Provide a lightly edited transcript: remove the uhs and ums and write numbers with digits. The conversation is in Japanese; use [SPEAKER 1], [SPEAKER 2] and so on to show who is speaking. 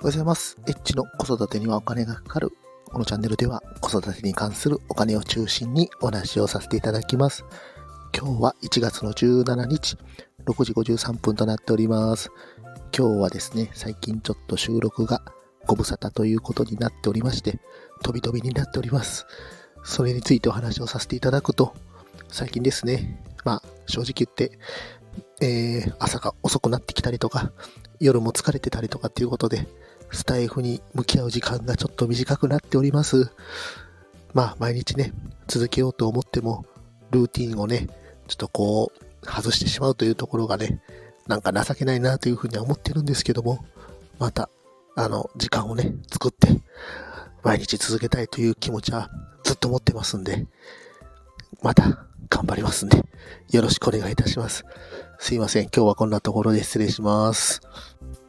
[SPEAKER 1] ございます。エッチの子育てにはお金がかかる。このチャンネルでは子育てに関するお金を中心にお話をさせていただきます。今日は1月の17日、6時53分となっております。今日はですね、最近ちょっと収録がご無沙汰ということになっておりまして、飛び飛びになっております。それについてお話をさせていただくと、最近ですね、正直言って、朝が遅くなってきたりとか、夜も疲れてたりとかっていうことで、スタイフに向き合う時間がちょっと短くなっております。毎日ね、続けようと思っても、ルーティンをね、ちょっと外してしまうというところがね、なんか情けないなというふうには思ってるんですけども、また、時間をね、作って、毎日続けたいという気持ちはずっと持ってますんで、また頑張りますんで、よろしくお願いいたします。すいません、今日はこんなところで失礼します。